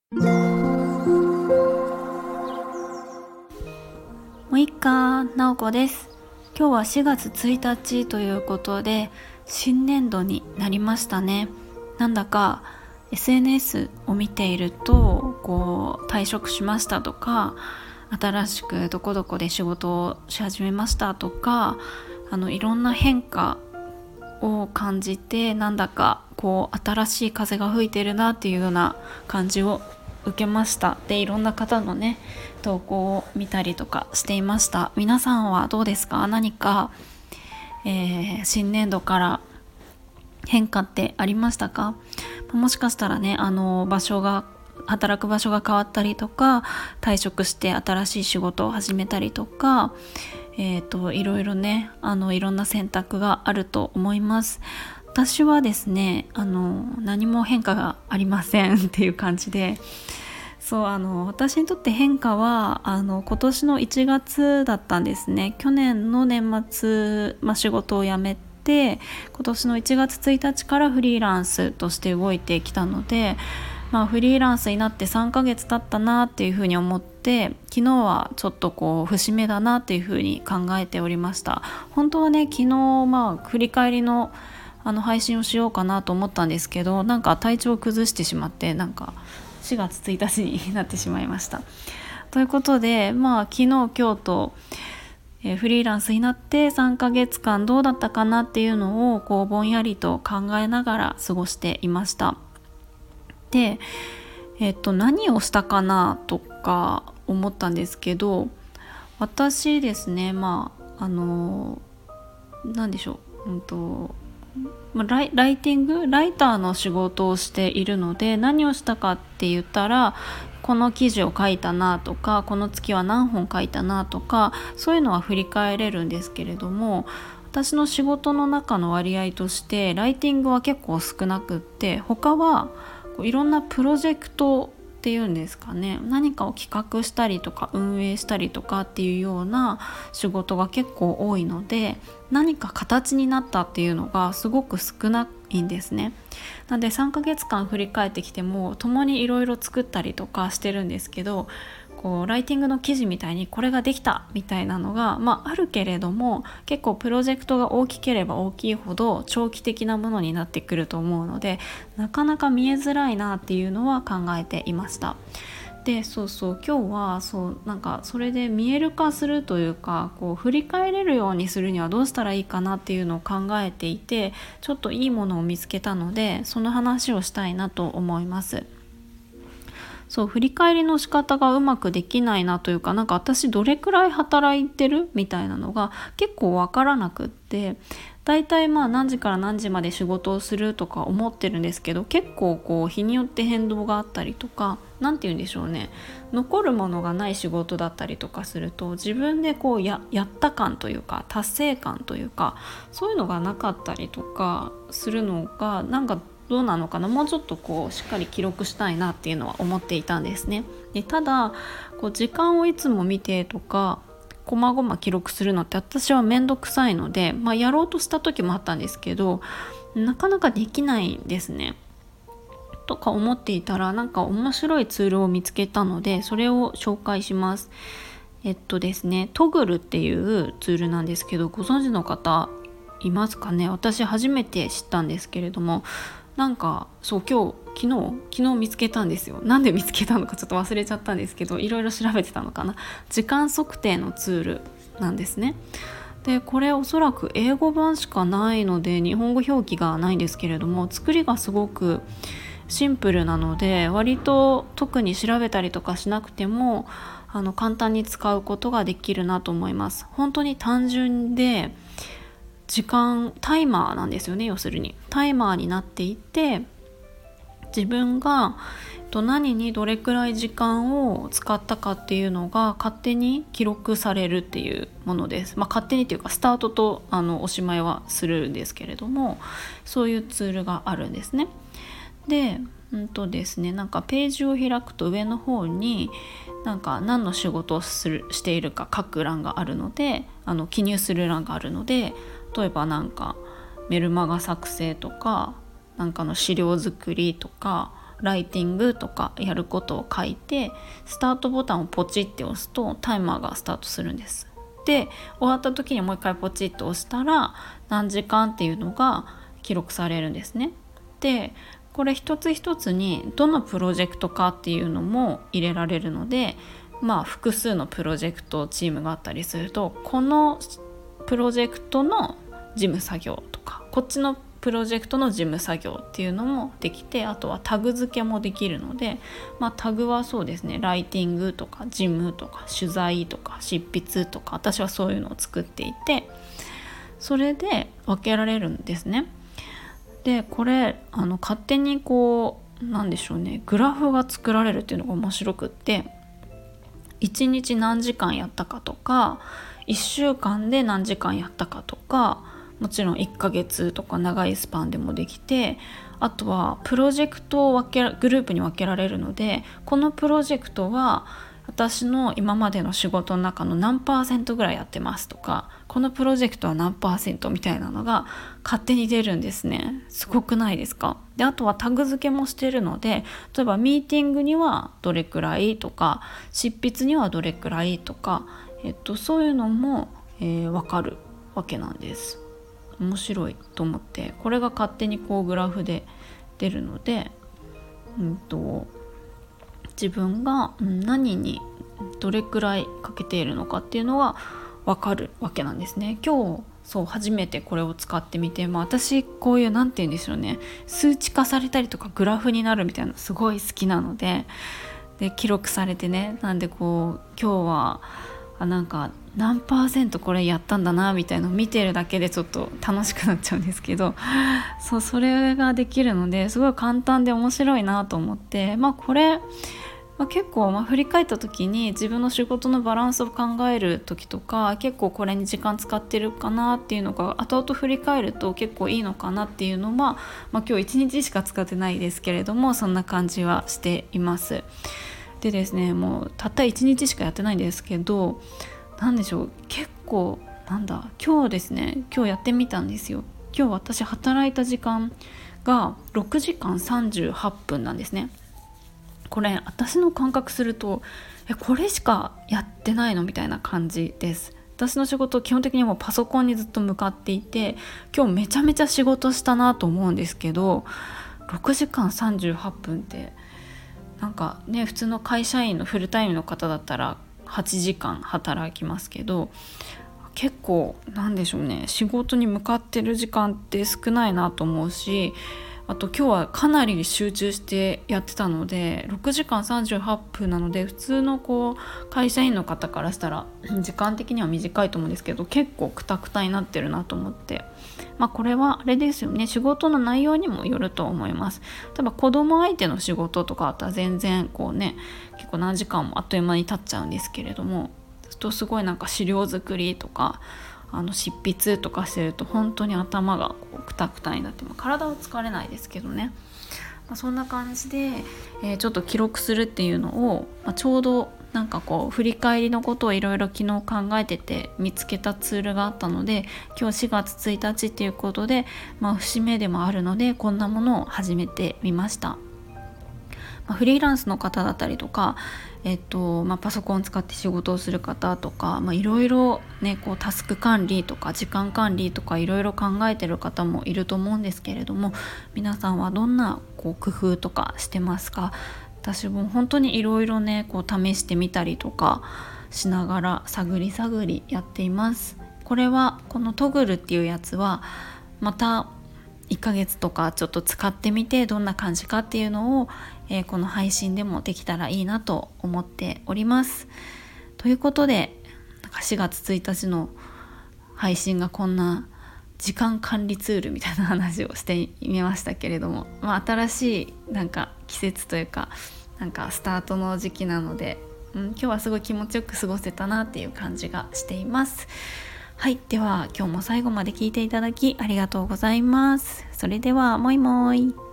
もういっかなおこです。今日は4月1日ということで新年度になりましたね。なんだか SNS を見ていると退職しましたとか、新しくどこどこで仕事をし始めましたとか、いろんな変化を感じて、なんだか新しい風が吹いてるなっていうような感じを受けました。で、いろんな方のね投稿を見たりとかしていました。皆さんはどうですか？何か、新年度から変化ってありましたか？もしかしたらね、働く場所が変わったりとか、退職して新しい仕事を始めたりとか、いろいろね、いろんな選択があると思います。私はですね、何も変化がありませんっていう感じで、私にとって変化は今年の1月だったんですね。去年の年末、仕事を辞めて、今年の1月1日からフリーランスとして動いてきたので、フリーランスになって3ヶ月経ったなっていうふうに思って、昨日はちょっと節目だなっていうふうに考えておりました。本当はね、昨日振り返りの配信をしようかなと思ったんですけど、なんか体調を崩してしまって、なんか4月1日になってしまいました。ということで、昨日今日と、フリーランスになって3ヶ月間どうだったかなっていうのをぼんやりと考えながら過ごしていました。で、何をしたかなとか思ったんですけど、私ですね、何でしょう、ライティングライターの仕事をしているので、何をしたかって言ったら、この記事を書いたなとか、この月は何本書いたなとか、そういうのは振り返れるんですけれども、私の仕事の中の割合としてライティングは結構少なくって、他はいろんなプロジェクトっていうんですかね、何かを企画したりとか運営したりとかっていうような仕事が結構多いので、何か形になったっていうのがすごく少ないんですね。なので3ヶ月間振り返ってきても、共にいろいろ作ったりとかしてるんですけど、ライティングの記事みたいにこれができたみたいなのが、あるけれども、結構プロジェクトが大きければ大きいほど長期的なものになってくると思うので、なかなか見えづらいなっていうのは考えていました。で、今日はそれで見える化するというか、振り返れるようにするにはどうしたらいいかなっていうのを考えていて、ちょっといいものを見つけたので、その話をしたいなと思います。振り返りの仕方がうまくできないなというか、私どれくらい働いてるみたいなのが結構わからなくって、だいたい何時から何時まで仕事をするとか思ってるんですけど、結構日によって変動があったりとか、なんて言うんでしょうね、残るものがない仕事だったりとかすると、自分でやった感というか達成感というか、そういうのがなかったりとかするのが、どうなのかな、もうちょっとしっかり記録したいなっていうのは思っていたんですね。で、ただ時間をいつも見てとか細々記録するのって私はめんどくさいので、やろうとした時もあったんですけど、なかなかできないんですね。とか思っていたら、面白いツールを見つけたので、それを紹介します。ですね、トグルっていうツールなんですけど、ご存知の方いますかね？私初めて知ったんですけれども、昨日見つけたんですよ。なんで見つけたのかちょっと忘れちゃったんですけど、いろいろ調べてたのかな。時間測定のツールなんですね。で、これおそらく英語版しかないので日本語表記がないんですけれども、作りがすごくシンプルなので、割と特に調べたりとかしなくても簡単に使うことができるなと思います。本当に単純で、タイマーなんですよね。要するにタイマーになっていて、自分が何にどれくらい時間を使ったかっていうのが勝手に記録されるっていうものです。勝手にというか、スタートとおしまいはするんですけれども、そういうツールがあるんですね。で、ですね、ページを開くと上の方に何の仕事をしているか書く欄があるので、記入する欄があるので、例えばメルマガ作成とか、の資料作りとか、 ライティングとかやることを書いて、スタートボタンをポチって押すとタイマーがスタートするんです。で終わった時にもう一回ポチッと押したら何時間っていうのが記録されるんですね。でこれ一つ一つにどのプロジェクトかっていうのも入れられるので、複数のプロジェクトチームがあったりすると、このプロジェクトの事務作業とかこっちのプロジェクトの事務作業っていうのもできて、あとはタグ付けもできるので、タグはそうですね、ライティングとか事務とか取材とか執筆とか、私はそういうのを作っていて、それで分けられるんですね。でこれ勝手になんでしょうね、グラフが作られるっていうのが面白くって、1日何時間やったかとか、1週間で何時間やったかとか、もちろん1ヶ月とか長いスパンでもできて、あとはプロジェクトをグループに分けられるので、このプロジェクトは私の今までの仕事の中の何%ぐらいやってますとか、このプロジェクトは何%みたいなのが勝手に出るんですね。すごくないですか？であとはタグ付けもしてるので、例えばミーティングにはどれくらいとか、執筆にはどれくらいとか、そういうのも、分かるわけなんです。面白いと思って、これが勝手にグラフで出るので、自分が何にどれくらいかけているのかっていうのが分かるわけなんですね。今日初めてこれを使ってみて、私こういうなんて言うんでしょうね、数値化されたりとかグラフになるみたいなのすごい好きなので、記録されてね、なんで今日はなんか何%これやったんだなみたいなのを見てるだけでちょっと楽しくなっちゃうんですけど、それができるのですごい簡単で面白いなと思って、これ、結構振り返った時に自分の仕事のバランスを考える時とか、結構これに時間使ってるかなっていうのが後々振り返ると結構いいのかなっていうのは、今日1日しか使ってないですけれども、そんな感じはしています。でですね、もうたった1日しかやってないんですけど、なんでしょう、結構今日やってみたんですよ。今日私働いた時間が6時間38分なんですね。これ私の感覚するとこれしかやってないのみたいな感じです。私の仕事基本的にもうパソコンにずっと向かっていて、今日めちゃめちゃ仕事したなと思うんですけど、6時間38分って普通の会社員のフルタイムの方だったら8時間働きますけど、結構仕事に向かってる時間って少ないなと思うし、あと今日はかなり集中してやってたので、6時間38分なので、普通の会社員の方からしたら時間的には短いと思うんですけど、結構クタクタになってるなと思って、これはあれですよね、仕事の内容にもよると思います。例えば子供相手の仕事とかあったら全然結構何時間もあっという間に経っちゃうんですけれども、すごい資料作りとか執筆とかしてると本当に頭がクタクタになって、体は疲れないですけどね、そんな感じで、ちょっと記録するっていうのを、ちょうど振り返りのことをいろいろ昨日考えてて見つけたツールがあったので、今日4月1日っていうことで、節目でもあるのでこんなものを始めてみました。フリーランスの方だったりとか、パソコンを使って仕事をする方とか、いろいろねタスク管理とか時間管理とかいろいろ考えてる方もいると思うんですけれども、皆さんはどんな工夫とかしてますか？私も本当にいろいろね試してみたりとかしながら探りやっています。このトグルっていうやつはまた1ヶ月とかちょっと使ってみてどんな感じかっていうのを、この配信でもできたらいいなと思っております。ということで4月1日の配信がこんな時間管理ツールみたいな話をしてみましたけれども、新しい季節というかスタートの時期なので、今日はすごい気持ちよく過ごせたなっていう感じがしています。はい、では今日も最後まで聞いていただきありがとうございます。それではもいもい。